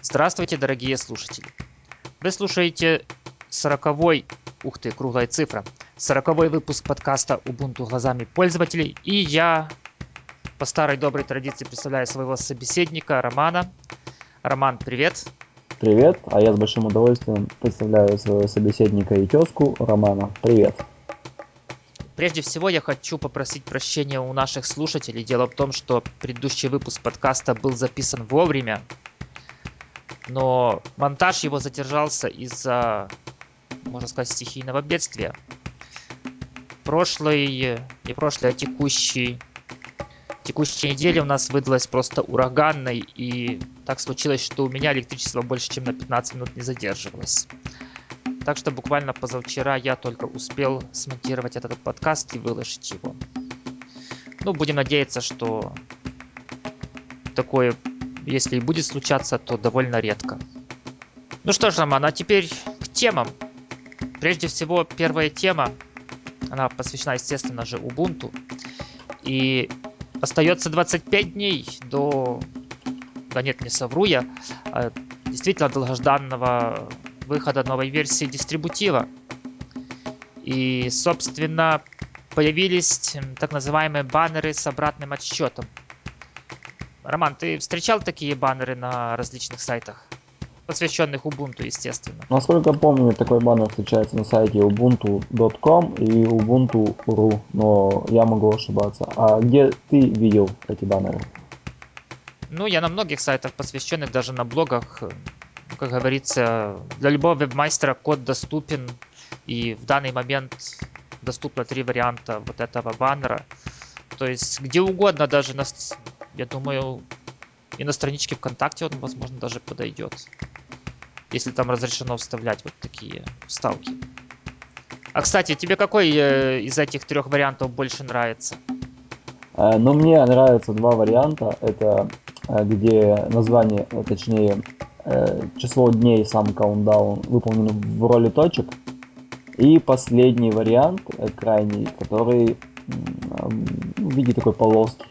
Здравствуйте, дорогие слушатели! Вы слушаете 40-й, ух ты, круглая цифра, 40-й выпуск подкаста Ubuntu глазами пользователей. И я по старой доброй традиции представляю своего собеседника Романа. Роман, привет! Привет, а я с большим удовольствием представляю своего собеседника и тезку Романа. Привет. Прежде всего я хочу попросить прощения у наших слушателей. Дело в том, что предыдущий выпуск подкаста был записан вовремя, но монтаж его задержался из-за, можно сказать, стихийного бедствия. Не прошлый, а текущая неделя у нас выдалась просто ураганной, и так случилось, что у меня электричество больше, чем на 15 минут не задерживалось. Так что буквально позавчера я только успел смонтировать этот подкаст и выложить его. Ну, будем надеяться, что такое, если и будет случаться, то довольно редко. Ну что ж, Роман, а теперь к темам. Прежде всего, первая тема, она посвящена, естественно же, Ubuntu. И остается 25 дней до... Да нет, не совру я. Действительно долгожданного выхода новой версии дистрибутива. И, собственно, появились так называемые баннеры с обратным отсчетом. Роман, ты встречал такие баннеры на различных сайтах, посвященных Ubuntu, естественно? Насколько помню, такой баннер встречается на сайте ubuntu.com и ubuntu.ru, но я могу ошибаться. А где ты видел эти баннеры? Ну, я на многих сайтах, посвященных даже на блогах, как говорится, для любого вебмастера код доступен, и в данный момент доступно три варианта вот этого баннера. То есть где угодно, даже я думаю, и на страничке ВКонтакте он, возможно, даже подойдет, если там разрешено вставлять вот такие вставки. А, кстати, тебе какой из этих трех вариантов больше нравится? Но мне нравятся два варианта. Это где название, точнее, число дней, сам каунтдаун выполнен в роли точек. И последний вариант, крайний, который в виде такой полоски.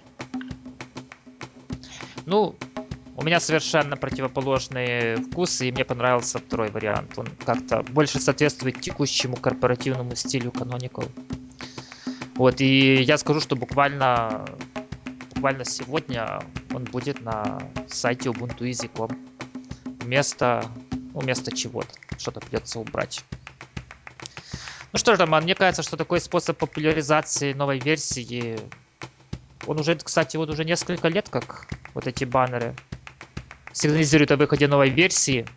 Ну, у меня совершенно противоположные вкусы, и мне понравился второй вариант. Он как-то больше соответствует текущему корпоративному стилю Canonical. Вот, и я скажу, что буквально сегодня он будет на сайте ubuntueasy.com. Вместо, вместо чего-то. Что-то придется убрать. Ну что ж, Роман, мне кажется, что такой способ популяризации новой версии, он уже, кстати, вот уже несколько лет, как вот эти баннеры сигнализируют о выходе новой версии,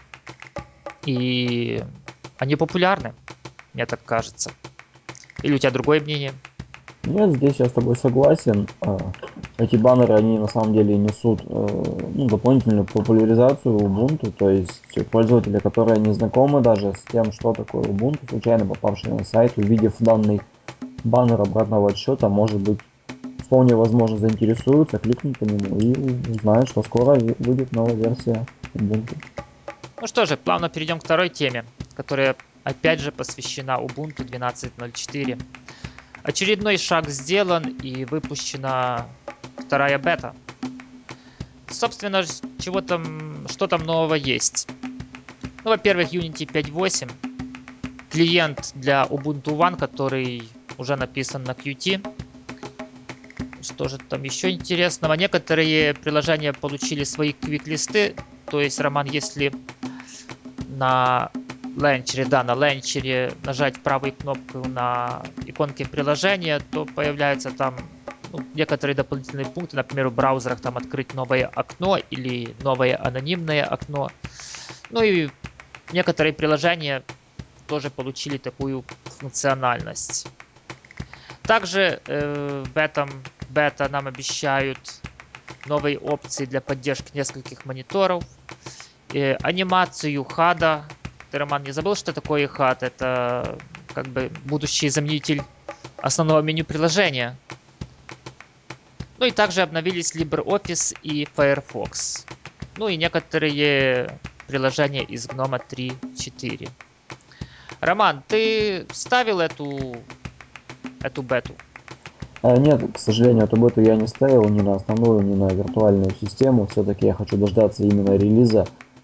и они популярны, мне так кажется. Или у тебя другое мнение? Нет, здесь я с тобой согласен. Эти баннеры, они на самом деле несут дополнительную популяризацию Ubuntu, то есть пользователи, которые не знакомы даже с тем, что такое Ubuntu, случайно попавшие на сайт, увидев данный баннер обратного отсчета, может быть, вполне возможно заинтересуются, кликнут по нему и узнают, что скоро выйдет новая версия Ubuntu. Ну что же, плавно перейдем к второй теме, которая опять же посвящена Ubuntu 12.04. Очередной шаг сделан и выпущена вторая бета. Собственно, что там нового есть? Ну, во-первых, Unity 5.8, клиент для Ubuntu One, который уже написан на Qt. Что же там еще интересного? Некоторые приложения получили свои квик-листы. То есть, Роман, если на на ленчере нажать правой кнопкой на иконке приложения, то появляются там некоторые дополнительные пункты. Например, в браузерах там открыть новое окно или новое анонимное окно. Ну и некоторые приложения тоже получили такую функциональность. Также в этом бета нам обещают новые опции для поддержки нескольких мониторов, анимацию хада. Ты, Роман, не забыл, что такое хад? Это как бы будущий заменитель основного меню приложения. Ну и также обновились LibreOffice и Firefox. Ну и некоторые приложения из GNOME 3.4. Роман, ты ставил эту бету? Нет, к сожалению, эту бету я не ставил ни на основную, ни на виртуальную систему. Все-таки я хочу дождаться именно релиза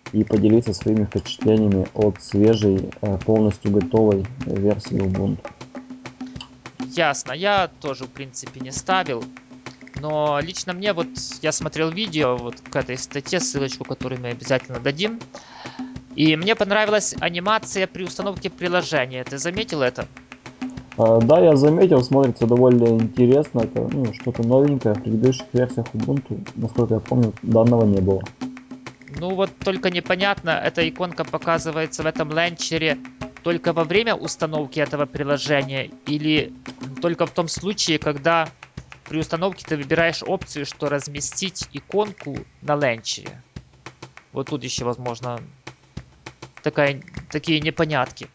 и поделиться своими впечатлениями от свежей, полностью готовой версии Ubuntu. Ясно. Я тоже, в принципе, не ставил. Но лично мне вот, я смотрел видео вот к этой статье, ссылочку, которую мы обязательно дадим. И мне понравилась анимация при установке приложения. Ты заметил это? Да, я заметил, смотрится довольно интересно. Это ну, что-то новенькое. В предыдущих версиях Ubuntu, насколько я помню, данного не было. Ну вот только непонятно, эта иконка показывается в этом ленчере только во время установки этого приложения или только в том случае, когда при установке ты выбираешь опцию, что разместить иконку на ленчере. Вот тут еще, возможно, такие непонятки.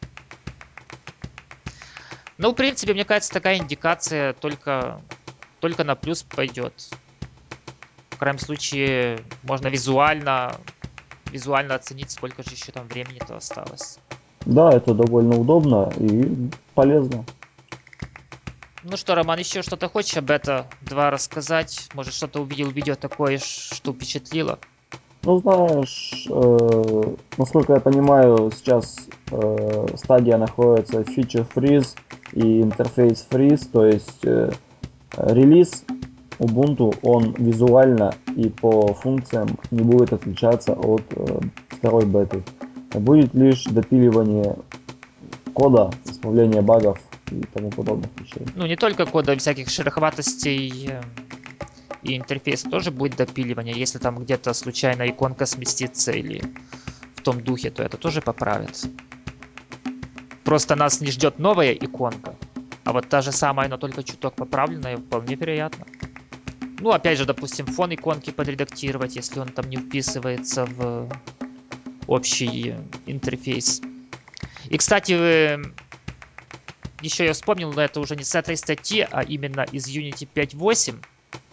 Ну, в принципе, мне кажется, такая индикация только на плюс пойдет. В крайнем случае, можно визуально оценить, сколько же еще там времени-то осталось. Да, это довольно удобно и полезно. Ну что, Роман, еще что-то хочешь об это 2 рассказать? Может, что-то увидел в видео такое, что впечатлило? Ну, знаешь, насколько я понимаю, сейчас стадия находится Feature Freeze и Interface Freeze, то есть релиз Ubuntu, он визуально и по функциям не будет отличаться от второй беты. Будет лишь допиливание кода, исправление багов и тому подобных вещей. Ну, не только кода всяких шероховатостей и интерфейса тоже будет допиливание. Если там где-то случайно иконка сместится или в том духе, то это тоже поправят. Просто нас не ждет новая иконка, а вот та же самая, но только чуток поправленная, вполне вероятно. Ну, опять же, допустим, фон иконки подредактировать, если он там не вписывается в общий интерфейс. И, кстати, еще я вспомнил, но это уже не с этой статьи, а именно из Unity 5.8.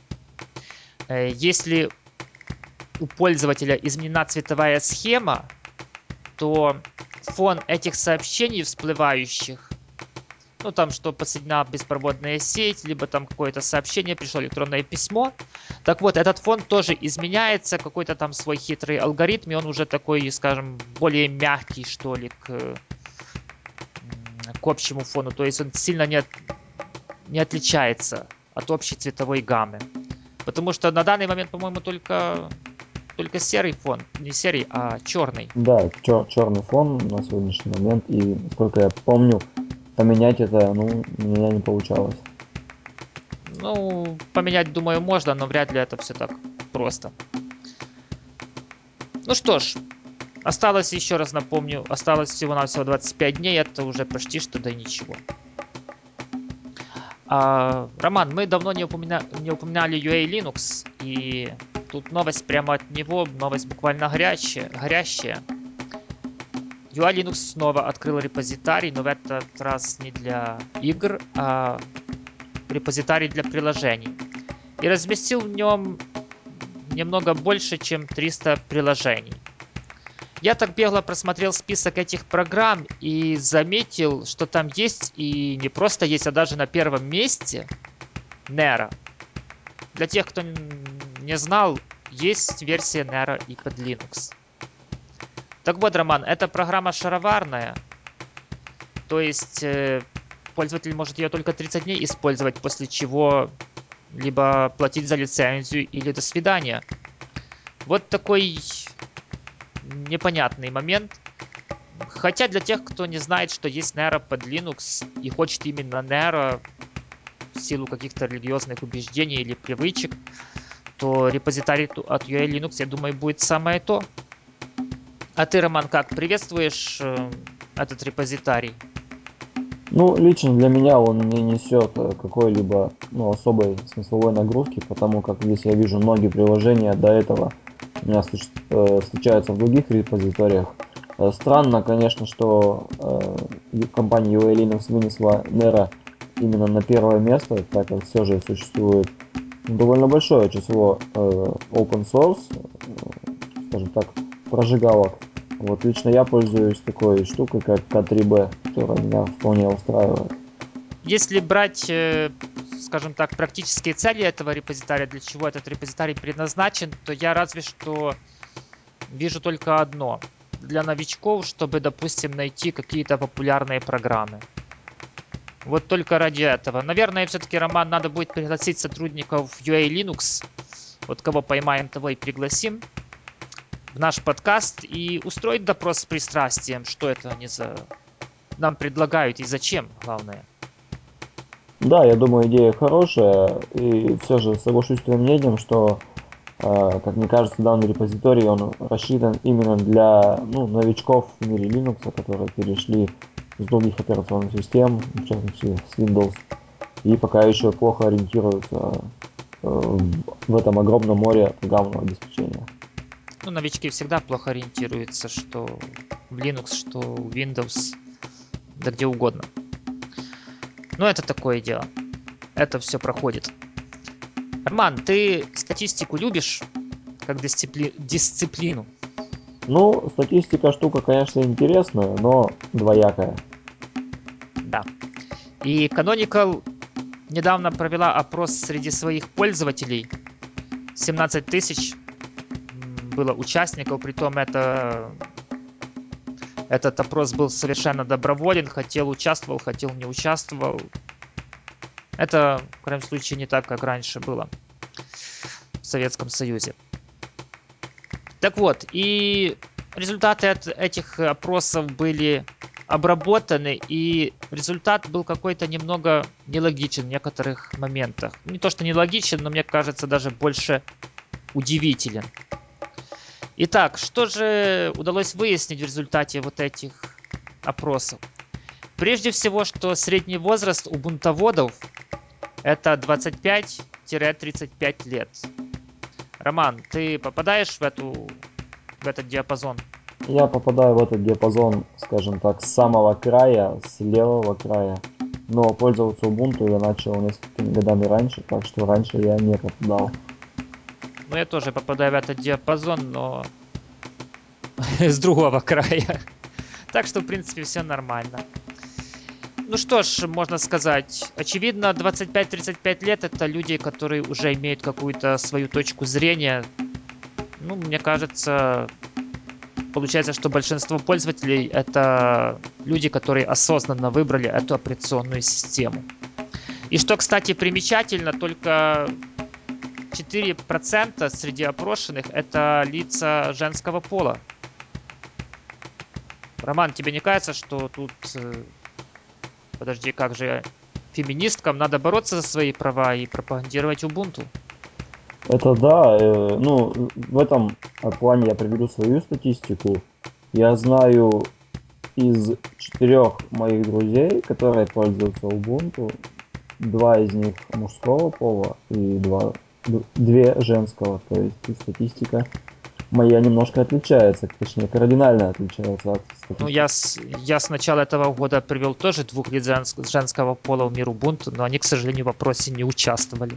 Если у пользователя изменена цветовая схема, то фон этих сообщений всплывающих, ну там, что подсоединена беспроводная сеть, либо там какое-то сообщение, пришло электронное письмо. Так вот, этот фон тоже изменяется, какой-то там свой хитрый алгоритм, и он уже такой, скажем, более мягкий, что ли, к общему фону. То есть он сильно не отличается от общей цветовой гаммы. Потому что на данный момент, по-моему, только серый фон. Не серый, а черный. Да, черный фон на сегодняшний момент, и насколько я помню, поменять это, ну, у меня не получалось. Ну, поменять, думаю, можно, но вряд ли это все так просто. Ну что ж, осталось, еще раз напомню, осталось всего-навсего 25 дней, это уже почти что да и ничего. Роман, мы давно не упоминали UA Linux, и тут новость прямо от него, новость буквально горящая. UA Linux снова открыл репозитарий, но в этот раз не для игр, а репозитарий для приложений. И разместил в нем немного больше, чем 300 приложений. Я так бегло просмотрел список этих программ и заметил, что там есть и не просто есть, а даже на первом месте Nero. Для тех, кто не знал, есть версия Nero и под Linux. Так вот, Роман, эта программа шароварная, то есть пользователь может ее только 30 дней использовать, после чего либо платить за лицензию или до свидания. Вот такой непонятный момент. Хотя для тех, кто не знает, что есть Nero под Linux и хочет именно Nero в силу каких-то религиозных убеждений или привычек, то репозитарий от UA Linux, я думаю, будет самое то. А ты, Роман, как приветствуешь этот репозитарий? Ну, лично для меня он не несет какой-либо ну, особой смысловой нагрузки, потому как здесь я вижу многие приложения до этого у меня встречаются в других репозиториях. Странно, конечно, что компания UA Linux вынесла Nero именно на первое место, так как все же существует довольно большое число open source, скажем так, прожигалок. Вот лично я пользуюсь такой штукой, как K3B, которая меня вполне устраивает. Если брать, скажем так, практические цели этого репозитария, для чего этот репозитарий предназначен, то я разве что вижу только одно. Для новичков, чтобы, допустим, найти какие-то популярные программы. Вот только ради этого. Наверное, все-таки, Роман, надо будет пригласить сотрудников UA Linux. Вот кого поймаем, того и пригласим в наш подкаст и устроить допрос с пристрастием, что это они нам предлагают и зачем, главное. Да, я думаю, идея хорошая, и все же соглашусь с твоим мнением, что, как мне кажется, данный репозиторий, он рассчитан именно для, ну, новичков в мире Linux, которые перешли с других операционных систем, в частности, с Windows, и пока еще плохо ориентируются в этом огромном море программного обеспечения. Ну, новички всегда плохо ориентируются, что в Linux, что в Windows, да где угодно. Но это такое дело. Это все проходит. Роман, ты статистику любишь как дисциплину? Ну, статистика штука, конечно, интересная, но двоякая. Да. И Canonical недавно провела опрос среди своих пользователей. 17 тысяч было участников, притом этот опрос был совершенно доброволен, хотел участвовал, хотел не участвовал. Это, в крайнем случае, не так, как раньше было в Советском Союзе. Так вот, и результаты этих опросов были обработаны, и результат был какой-то немного нелогичен в некоторых моментах. Не то, что нелогичен, но мне кажется, даже больше удивителен. Итак, что же удалось выяснить в результате вот этих опросов? Прежде всего, что средний возраст у бунтоводов это 25-35 лет. Роман, ты попадаешь в этот диапазон? Я попадаю в этот диапазон, скажем так, с самого края, с левого края. Но пользоваться Ubuntu я начал несколькими годами раньше, так что раньше я не попадал. Ну, я тоже попадаю в этот диапазон, но с другого края. Так что, в принципе, все нормально. Ну что ж, можно сказать, очевидно, 25-35 лет это люди, которые уже имеют какую-то свою точку зрения. Ну, мне кажется, получается, что большинство пользователей это люди, которые осознанно выбрали эту операционную систему. И что, кстати, примечательно, только 4% среди опрошенных это лица женского пола. Роман, тебе не кажется, что тут, подожди, как же феминисткам надо бороться за свои права и пропагандировать Ubuntu? Это да, ну, в этом плане я приведу свою статистику. Я знаю из 4 моих друзей, которые пользуются Ubuntu, 2 из них мужского пола и 2 женского, то есть и статистика моя немножко отличается, точнее кардинально отличается от Ну, статистики. я с начала этого года привел тоже двух лиц женского пола в мир Ubuntu, но они, к сожалению, в вопросе не участвовали.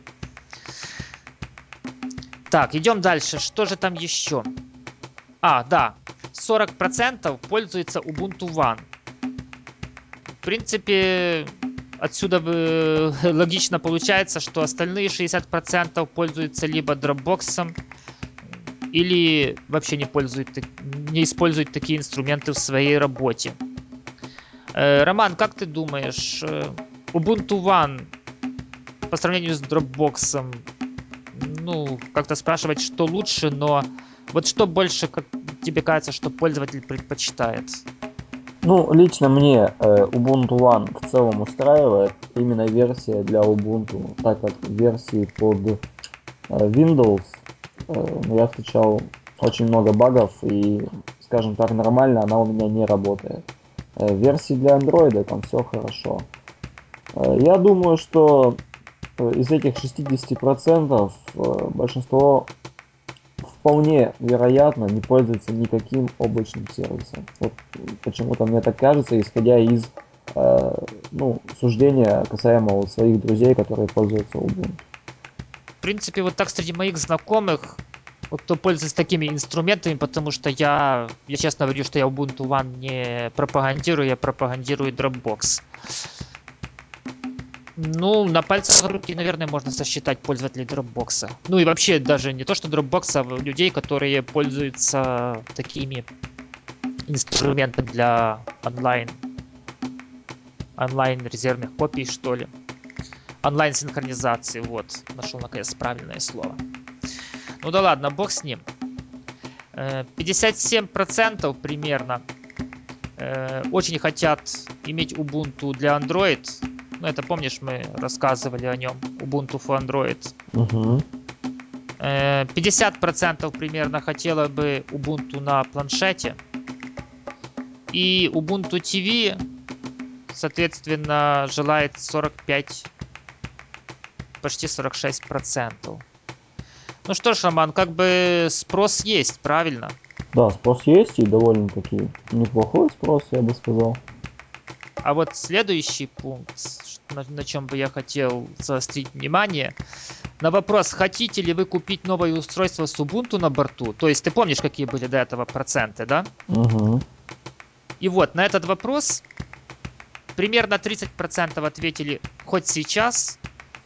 Так, идем дальше. Что же там еще? А, да. 40% пользуется Ubuntu One. В принципе, отсюда логично получается, что остальные 60% пользуются либо Dropbox, или вообще не используют такие инструменты в своей работе. Роман, как ты думаешь, Ubuntu One по сравнению с Dropbox, ну, как-то спрашивать, что лучше, но вот что больше, как тебе кажется, что пользователь предпочитает? Ну, лично мне Ubuntu One в целом устраивает именно версия для Ubuntu, так как версии под Windows я встречал очень много багов и, скажем так, нормально она у меня не работает. Версии для Android там все хорошо. Я думаю, что из этих 60% большинство вполне вероятно не пользуется никаким облачным сервисом. Вот почему-то мне так кажется, исходя из ну, суждения касаемо вот своих друзей, которые пользуются Ubuntu. В принципе, вот так среди моих знакомых, вот кто пользуется такими инструментами, потому что я честно говорю, что я Ubuntu One не пропагандирую, я пропагандирую Dropbox. Ну, на пальцах руки, наверное, можно сосчитать пользователей Dropbox. Ну и вообще даже не то, что Dropbox, а людей, которые пользуются такими инструментами для онлайн резервных копий, что ли. Онлайн синхронизации, вот. Нашел наконец правильное слово. Ну да ладно, бог с ним. 57% примерно очень хотят иметь Ubuntu для Android. Ну, это помнишь, мы рассказывали о нем. Ubuntu for Android. Угу. 50% примерно хотела бы Ubuntu на планшете. И Ubuntu TV, соответственно, желает 45, почти 46%. Ну что ж, Роман, как бы спрос есть, правильно? Да, спрос есть и довольно-таки неплохой спрос, я бы сказал. А вот следующий пункт, на чем бы я хотел заострить внимание, на вопрос, хотите ли вы купить новое устройство с Ubuntu на борту, то есть ты помнишь, какие были до этого проценты, да? Угу. И вот на этот вопрос примерно 30% ответили хоть сейчас,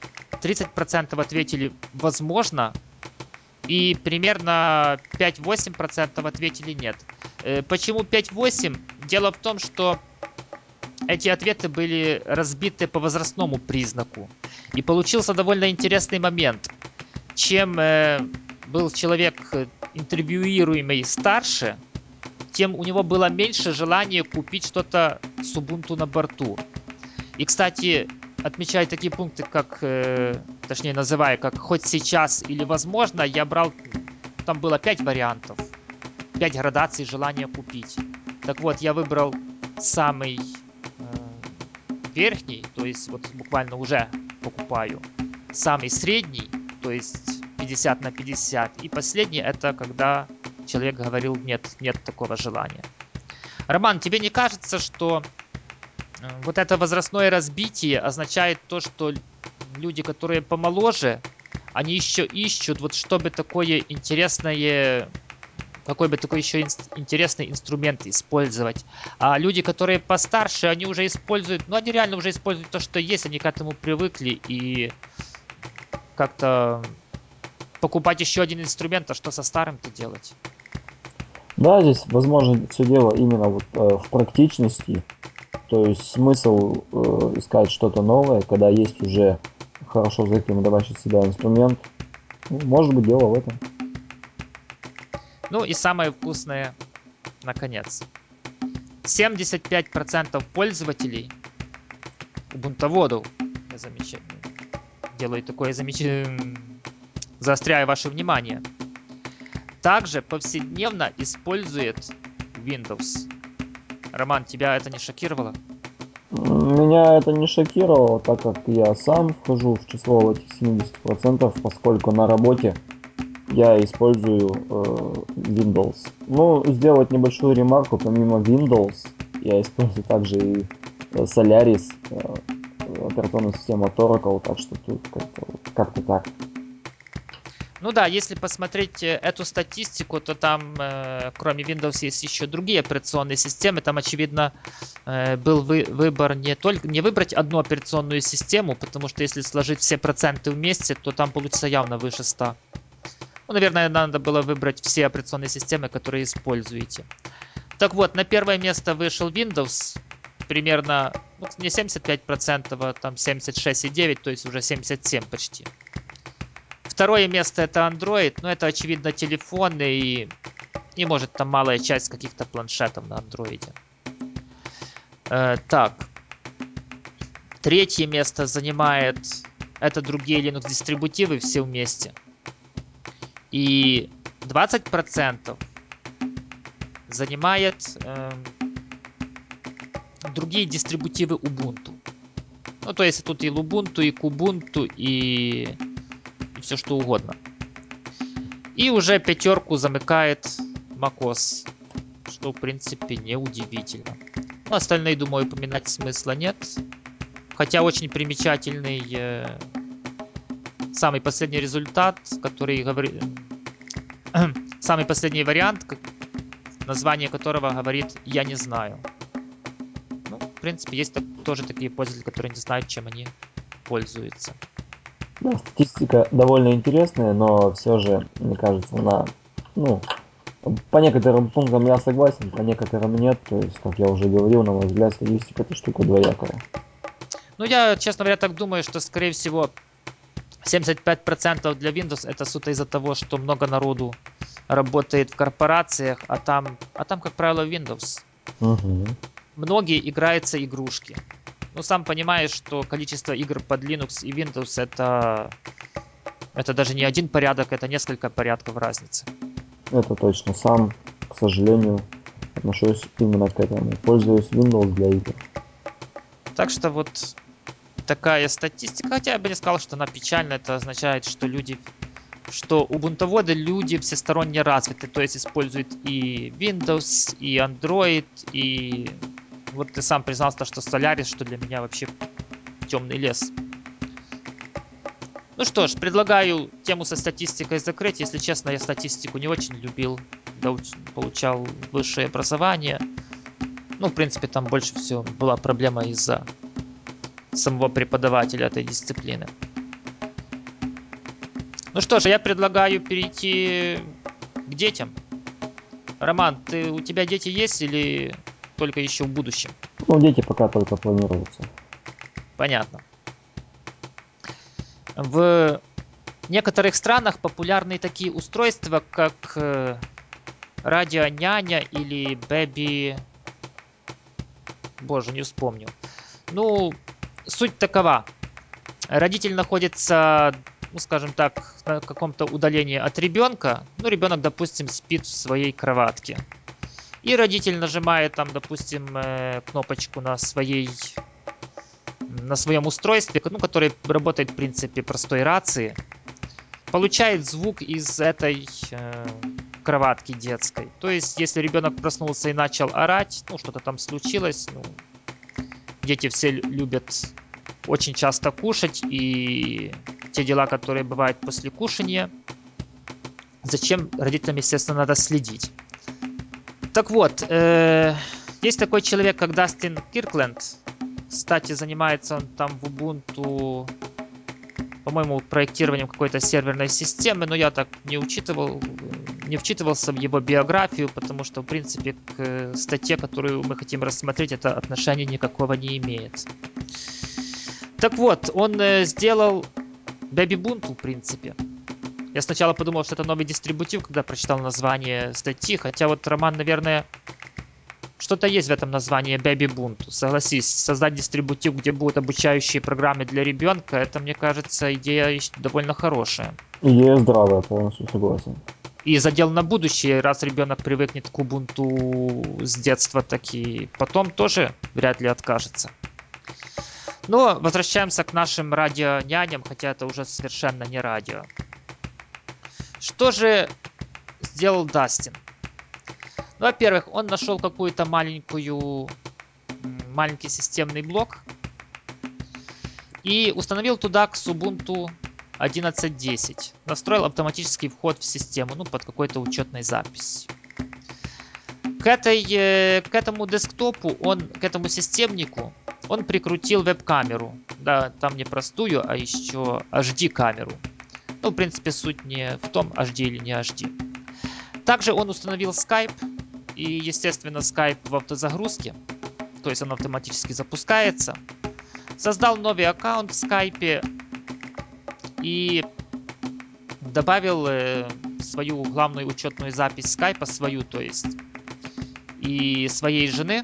30% ответили возможно, и примерно 5-8% ответили нет. Почему 5-8? Дело в том, что эти ответы были разбиты по возрастному признаку. И получился довольно интересный момент. Чем был человек интервьюируемый старше, тем у него было меньше желания купить что-то с Ubuntu на борту. И, кстати, отмечая такие пункты, как, точнее называя, как хоть сейчас или возможно, я брал, там было 5 вариантов, 5 градаций желания купить. Так вот, я выбрал самый верхний, то есть вот буквально уже покупаю, самый средний, то есть 50 на 50, и последний это когда человек говорил нет, нет такого желания. Роман, тебе не кажется, что вот это возрастное разбитие означает то, что люди, которые помоложе, они еще ищут, вот чтобы такое интересное, какой бы такой еще интересный инструмент использовать. А люди, которые постарше, они уже используют, ну, они реально уже используют то, что есть, они к этому привыкли, и как-то покупать еще один инструмент, а что со старым-то делать? Да, здесь, возможно, все дело именно вот в практичности. То есть смысл искать что-то новое, когда есть уже хорошо зарекомендовавший себя инструмент. Ну, может быть, дело в этом. Ну и самое вкусное, наконец. 75% пользователей убунтоводов, я замечаю, делаю такое замечание, заостряю ваше внимание, также повседневно использует Windows. Роман, тебя это не шокировало? Меня это не шокировало, так как я сам вхожу в число этих 70%, поскольку на работе я использую Windows. Ну, сделать небольшую ремарку, помимо Windows, я использую также и Solaris, операционная система Oracle, так что тут как-то так. Ну да, если посмотреть эту статистику, то там, кроме Windows, есть еще другие операционные системы. Там, очевидно, был выбор не только не выбрать одну операционную систему, потому что если сложить все проценты вместе, то там получится явно выше 100. Ну, наверное, надо было выбрать все операционные системы, которые используете. Так вот, на первое место вышел Windows, примерно, ну, не 75%, а там 76,9%, то есть уже 77 почти. Второе место это Android, но это, очевидно, телефоны и может там малая часть каких-то планшетов на Android. Так, третье место занимает это другие Linux-дистрибутивы все вместе. И 20% занимает другие дистрибутивы Ubuntu. Ну, то есть тут и Lubuntu, и Kubuntu, и все что угодно. И уже пятерку замыкает macOS, что, в принципе, неудивительно. Ну, остальные, думаю, упоминать смысла нет. Хотя очень примечательный самый последний результат, который говорит... самый последний вариант, название которого говорит «я не знаю». Ну, в принципе, есть тоже такие пользователи, которые не знают, чем они пользуется. Да, статистика довольно интересная, но все же, мне кажется, она, ну, по некоторым пунктам я согласен, по некоторым нет. То есть, как я уже говорил, на мой взгляд, статистика это штука двоякая. Ну, я, честно говоря, так думаю, что, скорее всего, 75% для Windows это суто из-за того, что много народу работает в корпорациях, а там, как правило, Windows. Угу. Многие играются игрушки. Ну, сам понимаешь, что количество игр под Linux и Windows это даже не один порядок, это несколько порядков разницы. Это точно. Сам, к сожалению, отношусь именно к этому. Пользуюсь Windows для игр. Так что вот такая статистика, хотя я бы не сказал, что она печальна, это означает, что убунтоводы люди всесторонне развиты, то есть используют и Windows, и Android, и вот ты сам признался, что Solaris, что для меня вообще темный лес. Ну что ж, предлагаю тему со статистикой закрыть. Если честно, я статистику не очень любил, когда получал высшее образование. Ну, в принципе, там больше всего была проблема из-за самого преподавателя этой дисциплины. Ну что ж, я предлагаю перейти к детям. Роман, у тебя дети есть или только еще в будущем? Ну, дети пока только планируются. Понятно. В некоторых странах популярны такие устройства, как радионяня или бэби... Боже, не вспомню. Ну, суть такова. Родитель находится, ну, скажем так, на каком-то удалении от ребенка. Ну, ребенок, допустим, спит в своей кроватке. И родитель нажимает там, допустим, кнопочку на своем устройстве, ну, который работает в принципе простой рации, получает звук из этой кроватки детской. То есть, если ребенок проснулся и начал орать, ну, что-то там случилось, ну, дети все любят очень часто кушать, и те дела, которые бывают после кушания, зачем родителям, естественно, надо следить. Так вот, есть такой человек, как Дастин Киркленд. Кстати, занимается он там в Ubuntu, по-моему, проектированием какой-то серверной системы, но я так не вчитывался в его биографию, потому что, в принципе, к статье, которую мы хотим рассмотреть, это отношения никакого не имеет. Так вот, он сделал Baby Ubuntu, в принципе. Я сначала подумал, что это новый дистрибутив, когда прочитал название статьи, хотя вот Роман, наверное, что-то есть в этом названии Baby Ubuntu. Согласись, создать дистрибутив, где будут обучающие программы для ребенка, это, мне кажется, идея довольно хорошая. Идея здравая, полностью согласен. И задел на будущее, раз ребенок привыкнет к Ubuntu с детства, так и потом тоже вряд ли откажется. Но возвращаемся к нашим радионяням, хотя это уже совершенно не радио. Что же сделал Дастин? Ну, во-первых, он нашел какую-то маленький системный блок и установил туда к Ubuntu 11.10. Настроил автоматический вход в систему, ну, под какой-то учетной записью. К этому десктопу, к этому системнику, он прикрутил веб-камеру. Да, там не простую, а еще HD-камеру. Ну, в принципе, суть не в том, HD или не HD. Также он установил Skype. И, естественно, Skype в автозагрузке. То есть он автоматически запускается. Создал новый аккаунт в Skype и добавил свою главную учетную запись скайпа, свою, то есть, и своей жены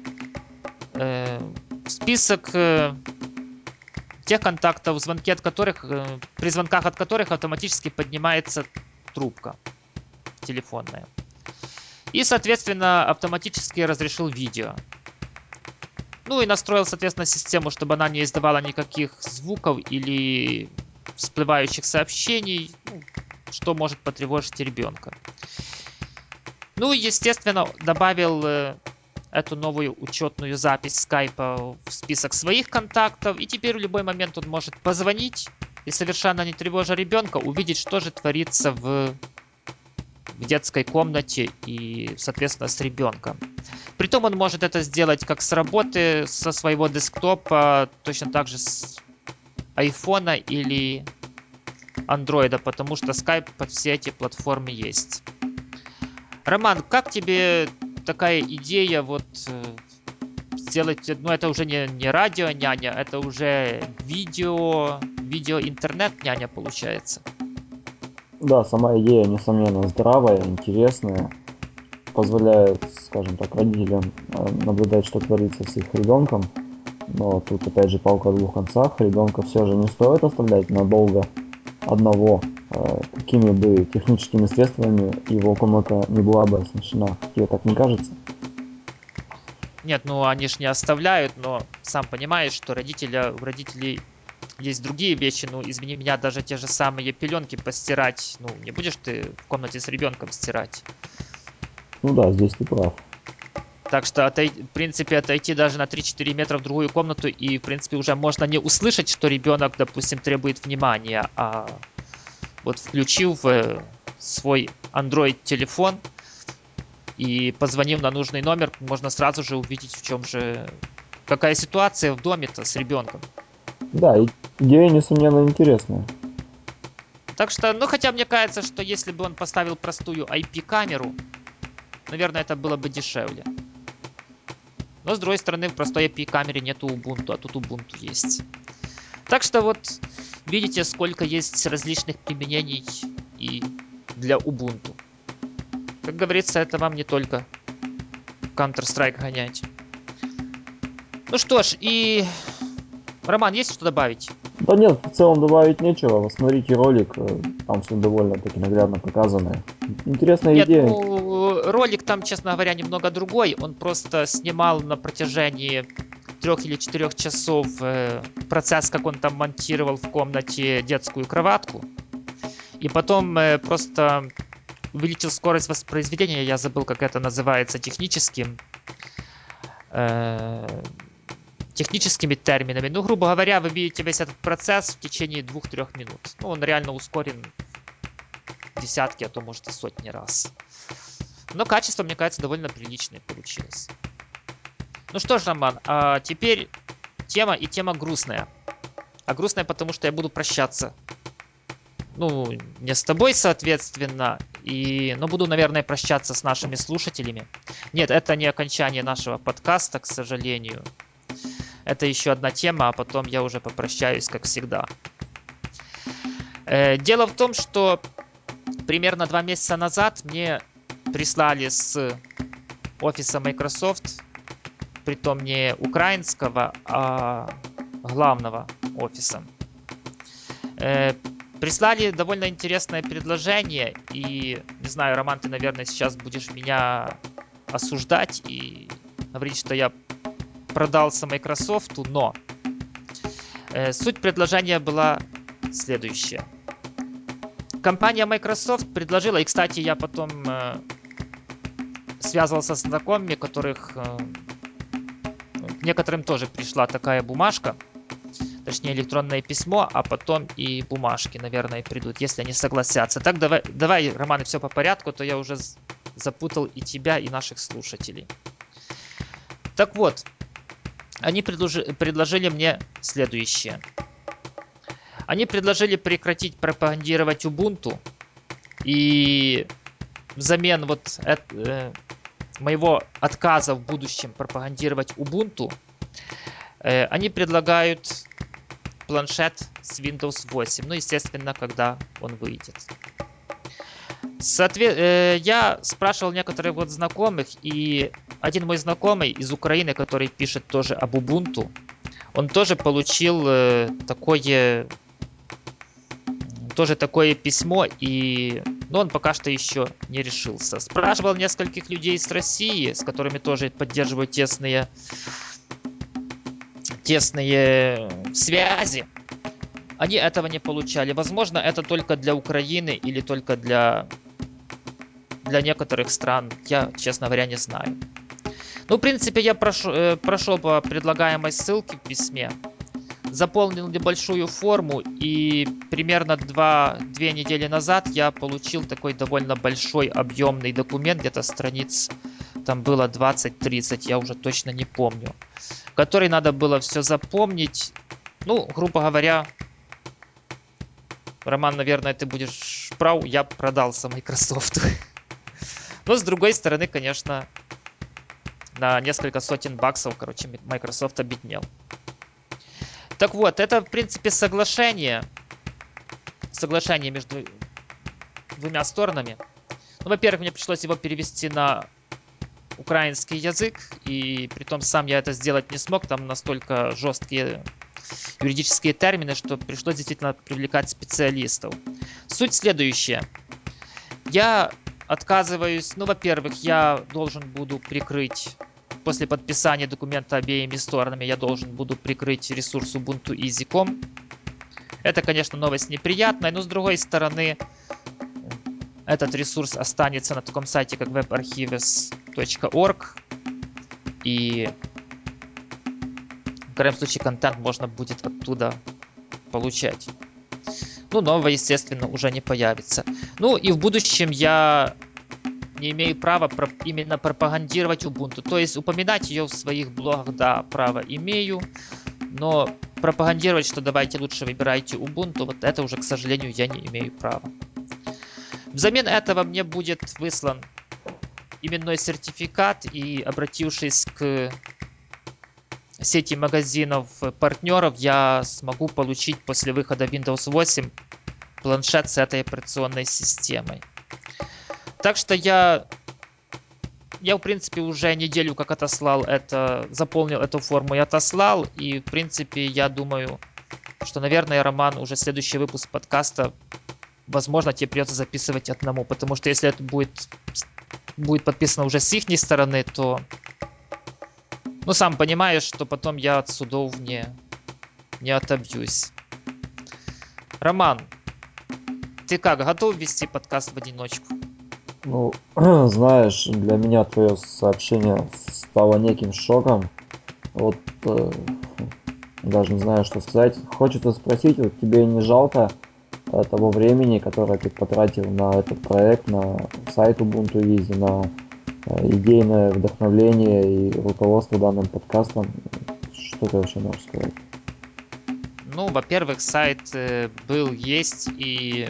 в список тех контактов, при звонках от которых автоматически поднимается трубка телефонная. И, соответственно, автоматически разрешил видео. Ну и настроил, соответственно, систему, чтобы она не издавала никаких звуков или всплывающих сообщений, ну, что может потревожить ребенка. Ну и, естественно, добавил эту новую учетную запись скайпа в список своих контактов. И теперь в любой момент он может позвонить и, совершенно не тревожа ребенка, увидеть, что же творится в детской комнате и, соответственно, с ребенком. Притом он может это сделать как с работы, со своего десктопа, точно так же айфона или андроида, потому что Skype под все эти платформы есть. Роман, как тебе такая идея вот сделать, ну это уже не радио няня, это уже видео интернет няня получается. Да, сама идея, несомненно, здравая, интересная, позволяет, скажем так, родителям наблюдать, что творится с их ребенком. Но тут, опять же, палка о двух концах. Ребенка все же не стоит оставлять надолго одного, какими бы техническими средствами его комната не была бы оснащена. Тебе так не кажется? Нет, ну они ж не оставляют, но сам понимаешь, что у родителей есть другие вещи. Ну, извини меня, даже те же самые пеленки постирать. Ну, не будешь ты в комнате с ребенком стирать. Ну да, здесь ты прав. Так что, в принципе, отойти даже на 3-4 метра в другую комнату, и, в принципе, уже можно не услышать, что ребенок, допустим, требует внимания, а вот включив свой Android-телефон и позвонив на нужный номер, можно сразу же увидеть, в чем же, какая ситуация в доме-то с ребенком. Да, идея, несомненно, интересная. Так что, ну, хотя мне кажется, что если бы он поставил простую IP-камеру, наверное, это было бы дешевле. Но, с другой стороны, в простой IP-камере нету Ubuntu, а тут Ubuntu есть. Так что вот видите, сколько есть различных применений и для Ubuntu. Как говорится, это вам не только Counter-Strike гонять. Ну что ж, и Роман, есть что добавить? Да нет, в целом добавить нечего. Посмотрите ролик, там все довольно-таки наглядно показано. Интересная Нет, идея. ну ролик там, честно говоря, немного другой. Он просто снимал на протяжении 3 или 4 часов процесс, как он там монтировал в комнате детскую кроватку. И потом просто увеличил скорость воспроизведения. Я забыл, как это называется э, техническими терминами. Ну, грубо говоря, вы видите весь этот процесс в течение 2-3 минут. Ну, он реально ускорен в десятки, а то может и сотни раз. Но качество, мне кажется, довольно приличное получилось. Ну что ж, Роман, а теперь тема грустная. А грустная, потому что я буду прощаться. Ну, не с тобой, соответственно, но буду, наверное, прощаться с нашими слушателями. Нет, это не окончание нашего подкаста, к сожалению. Это еще одна тема, а потом я уже попрощаюсь, как всегда. Дело в том, что примерно 2 месяца назад мне прислали с офиса Microsoft, притом не украинского, а главного офиса. Э, Прислали довольно интересное предложение, и не знаю, Роман, ты, наверное, сейчас будешь меня осуждать и говорить, что я продался Microsoft, но суть предложения была следующая. Компания Microsoft предложила, и, кстати, я потом связывался с знакомыми, к некоторым тоже пришла такая бумажка, точнее электронное письмо, а потом и бумажки, наверное, придут, если они согласятся. Так давай, Роман, все по порядку, то я уже запутал и тебя, и наших слушателей. Так вот, они предложили мне следующее. Они предложили прекратить пропагандировать Ubuntu и взамен моего отказа в будущем пропагандировать Ubuntu, они предлагают планшет с Windows 8. Ну, естественно, когда он выйдет. Я спрашивал некоторых вот знакомых, и один мой знакомый из Украины, который пишет тоже об Ubuntu, он тоже получил тоже такое письмо, но он пока что еще не решился. Спрашивал нескольких людей с России, с которыми тоже поддерживаю тесные связи. Они этого не получали. Возможно, это только для Украины или только для некоторых стран. Я, честно говоря, не знаю. Ну, в принципе, я прошел по предлагаемой ссылке в письме, заполнил небольшую форму, и примерно 2 недели назад я получил такой довольно большой объемный документ, где-то страниц там было 20-30, я уже точно не помню, который надо было все запомнить. Ну, грубо говоря, Роман, наверное, ты будешь прав, я продался Microsoft. Но с другой стороны, конечно, на несколько сотен баксов, короче, Microsoft обеднел. Так вот, это, в принципе, соглашение между двумя сторонами. Ну, во-первых, мне пришлось его перевести на украинский язык, и при том сам я это сделать не смог, там настолько жесткие юридические термины, что пришлось действительно привлекать специалистов. Суть следующая. Я отказываюсь, ну, во-первых, я должен буду прикрыть, после подписания документа обеими сторонами, я должен буду прикрыть ресурс Ubuntu Easy.com. Это, конечно, новость неприятная, но с другой стороны, этот ресурс останется на таком сайте, как webarchives.org, и в крайнем случае контент можно будет оттуда получать. Ну, нового, естественно, уже не появится. Ну, и в будущем я не имею права именно пропагандировать Ubuntu. То есть упоминать ее в своих блогах, да, право имею, но пропагандировать, что давайте лучше выбирайте Ubuntu, вот это уже, к сожалению, я не имею права. Взамен этого мне будет выслан именной сертификат, и обратившись к сети магазинов партнеров, я смогу получить после выхода Windows 8 планшет с этой операционной системой. Так что я в принципе уже неделю как отослал это, заполнил эту форму и отослал, и в принципе я думаю, что, наверное, Роман, уже следующий выпуск подкаста, возможно, тебе придется записывать одному, потому что если это будет подписано уже с их стороны, то, ну, сам понимаешь, что потом я от судов не отобьюсь. Роман, ты как, готов вести подкаст в одиночку? Ну, знаешь, для меня твое сообщение стало неким шоком. Вот даже не знаю, что сказать. Хочется спросить, вот тебе не жалко того времени, которое ты потратил на этот проект, на сайт Ubuntu Easy, на идейное вдохновление и руководство данным подкастом? Что ты вообще можешь сказать? Ну, во-первых, сайт был, есть, и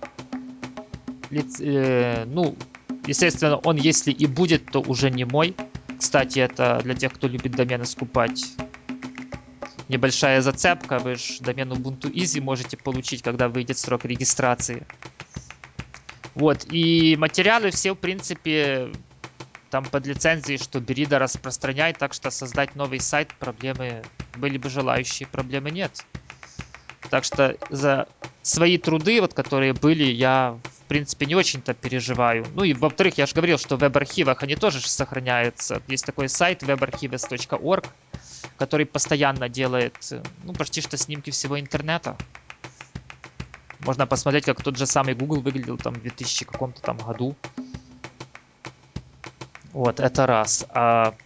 ну, естественно, он если и будет, то уже не мой. Кстати, это для тех, кто любит домены скупать. Небольшая зацепка, вы же домен Ubuntu Easy можете получить, когда выйдет срок регистрации. Вот, и материалы все, в принципе, там под лицензией, что бери да распространяй, так что создать новый сайт проблемы, были бы желающие, проблемы нет. Так что за свои труды, вот которые были, я в принципе не очень-то переживаю. Ну и во-вторых, я же говорил, что в веб-архивах они тоже сохраняются. Есть такой сайт webarchives.org, который постоянно делает, ну, почти что снимки всего интернета. Можно посмотреть, как тот же самый Google выглядел там в 2000 каком-то там году. Вот, это раз. А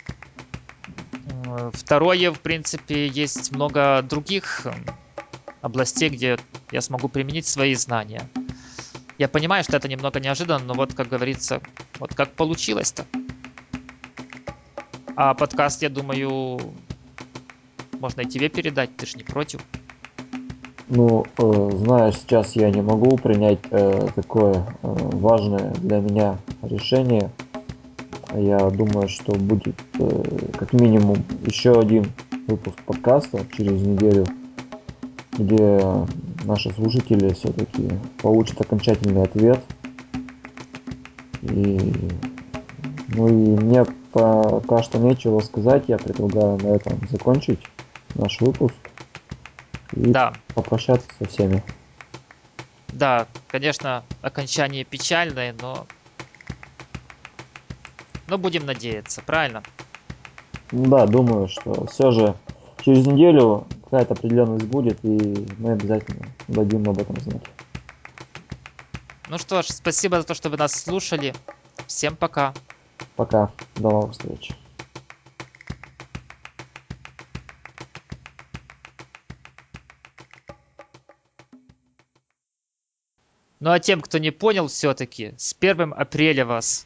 второе, в принципе, есть много других областей, где я смогу применить свои знания. Я понимаю, что это немного неожиданно, но вот, как говорится, вот как получилось-то. А подкаст, я думаю, можно и тебе передать, ты ж не против. Ну, знаешь, сейчас я не могу принять такое важное для меня решение. Я думаю, что будет как минимум еще один выпуск подкаста через неделю, где наши слушатели все-таки получат окончательный ответ. И, ну и мне пока что нечего сказать. Я предлагаю на этом закончить наш выпуск и Да, попрощаться со всеми. да, конечно, окончание печальное, но будем надеяться, правильно? Да, думаю, что все же через неделю какая-то определенность будет, и мы обязательно дадим об этом знать. Ну что ж, спасибо за то, что вы нас слушали. Всем пока. Пока, до новых встреч. Ну а тем, кто не понял все-таки, с 1 апреля вас.